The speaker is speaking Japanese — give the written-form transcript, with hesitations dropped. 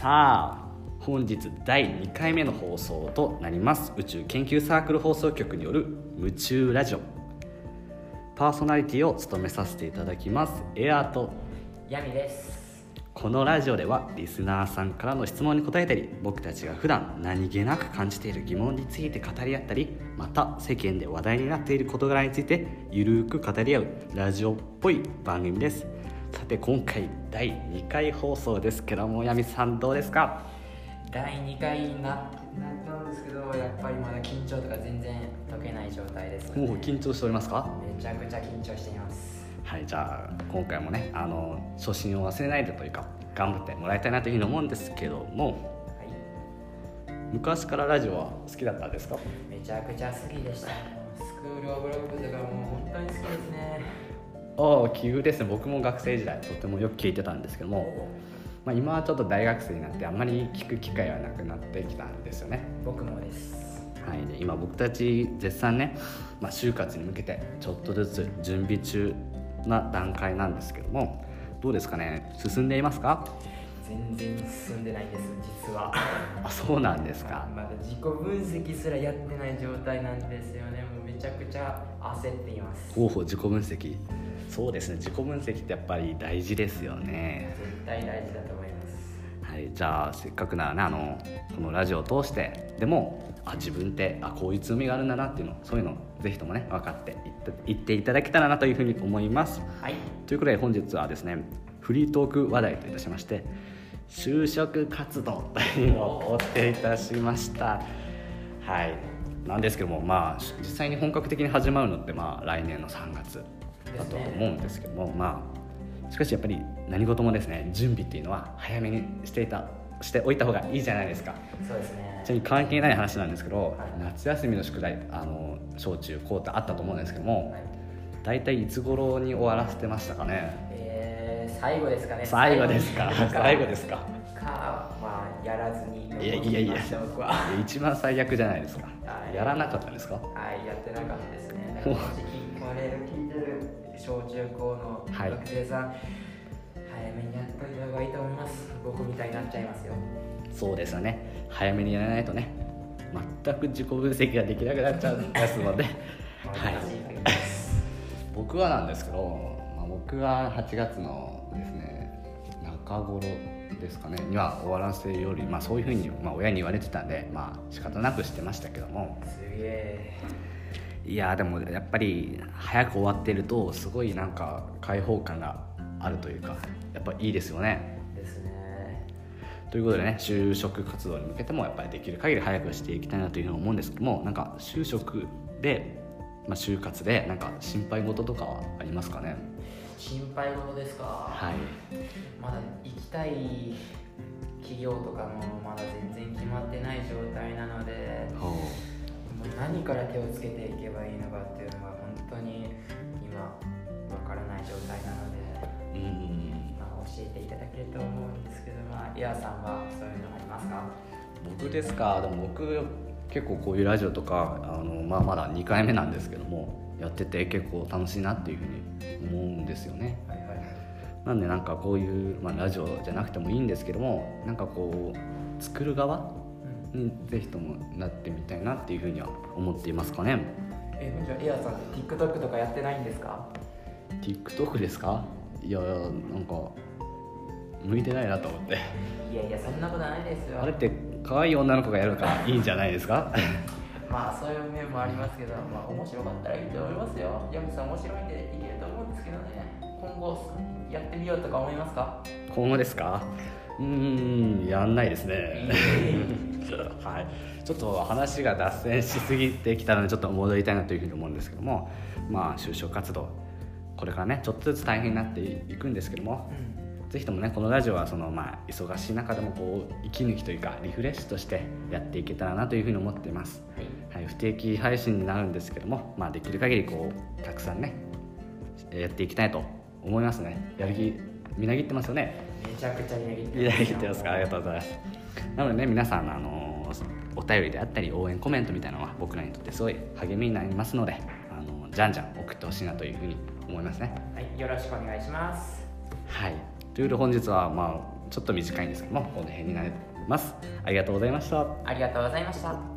さあ本日第2回目の放送となります宇宙研究サークル放送局による夢中ラジオ、パーソナリティを務めさせていただきますエアーとヤミです。 このラジオではリスナーさんからの質問に答えたり、僕たちが普段何気なく感じている疑問について語り合ったり、また世間で話題になっている事柄についてゆるく語り合うラジオっぽい番組です。さて今回第2回放送ですけども、ヤミさんどうですか？ 第2回になったんですけど、やっぱりまだ緊張とか全然解けない状態ですので、 もう緊張しておりますか？ めちゃくちゃ緊張しています。 はい、じゃあ今回もね初心を忘れないでというか頑張ってもらいたいなというふうに思うんですけども、 はい、 昔からラジオは好きだったんですか？ めちゃくちゃ好きでした。スクールオブロックとかもう本当に好きですね。 ああ、奇遇ですね。僕も学生時代とてもよく聞いてたんですけども、今はちょっと大学生になってあんまり聞く機会はなくなってきたんですよね。 僕もです。 はい、で今僕たち絶賛ね、就活に向けてちょっとずつ準備中な段階なんですけども、どうですかね、進んでいますか？ 全然進んでないんです、実は。 あ、そうなんですか。 まだ自己分析すらやってない状態なんですよね。もうめちゃくちゃ焦っています。 ほう、自己分析。そうですね、自己分析ってやっぱり大事ですよね。 絶対大事だと思います。 はい、じゃあせっかくならね、このラジオを通してでも自分ってこういう強みがあるんだなっていうの、そういうのをぜひともね分かっていっていただけたらなというふうに思います。 はい、 ということで本日はですね、フリートーク話題といたしまして就職活動というのをお手いたしました。はい、なんですけども、実際に本格的に始まるのって来年の3月だと思うんですけども、しかしやっぱり何事もですね、準備っていうのは早めにしておいた方がいいじゃないですか。 そうですね。 ちなみに関係ない話なんですけど、 はい、 夏休みの宿題小中高ってあったと思うんですけども、 はい、 だいたいいつ頃に終わらせてましたかね？ 最後ですかね。 最後ですか？最後ですか？ やらずにいや僕は一番最悪じゃないですか。 はい、 やらなかったんですか？ はい、やってなかったですね。だからもしこれを聞いてる小中高の学生さん、早めにやっといた方がいいと思います。僕みたいになっちゃいますよ。 そうですよね、早めにやらないとね、全く自己分析ができなくなっちゃうんですのではい、僕はなんですけど、僕は8月のですね中頃ですかねには終わらせるより、そういうふうに、親に言われてたんで、仕方なくしてましたけども、 すげえ。 いやでもやっぱり早く終わってるとすごいなんか開放感があるというか、やっぱいいですよね。 ですね。 ということでね、就職活動に向けてもやっぱりできる限り早くしていきたいなというふうに思うんですけども、なんか就職で、就活でなんか心配事とかはありますかね？ 心配事ですか？ はい、 まだ行きたい企業とかもまだ全然決まってない状態なので、もう何から手をつけていけばいいのかっていうのが本当に今わからない状態なので、教えていただけると思うんですけど、イアさんはそういうのありますか？ 僕ですか？でも僕結構こういうラジオとかまだ2回目なんですけどもやってて結構楽しいなっていうふうに思うんですよね。 はいはい。 なんでなんかこういう、ラジオじゃなくてもいいんですけども、なんかこう作る側にぜひともなってみたいなっていうふうには思っていますかね。 じゃあエアさんって TikTok とかやってないんですか？ TikTok ですか？いやなんか向いてないなと思って。 いやそんなことないですよ。 あれって可愛い女の子がやるからいいんじゃないですか？ そういう面もありますけど、面白かったらいいと思いますよ。ヤミさん面白いんでいけると思うんですけどね。今後やってみようとか思いますか？ 今後ですか？やんないですね。はい、ちょっと話が脱線しすぎてきたのでちょっと戻りたいなというふうに思うんですけども、就職活動これからねちょっとずつ大変になっていくんですけども、ぜひともねこのラジオは忙しい中でもこう息抜きというかリフレッシュとしてやっていけたらなというふうに思っています。はい、不定期配信になるんですけども、できる限りこうたくさんねやっていきたいと思いますね。やる気みなぎってますよね。 めちゃくちゃみなぎってます。 みなぎってますか？ありがとうございます。なのでね、皆さんお便りであったり応援コメントみたいなのは僕らにとってすごい励みになりますので、じゃんじゃん送ってほしいなというふうに思いますね。 はい、よろしくお願いします。 はい、ということで本日はちょっと短いんですけどもこの辺になります。ありがとうございました。 ありがとうございました。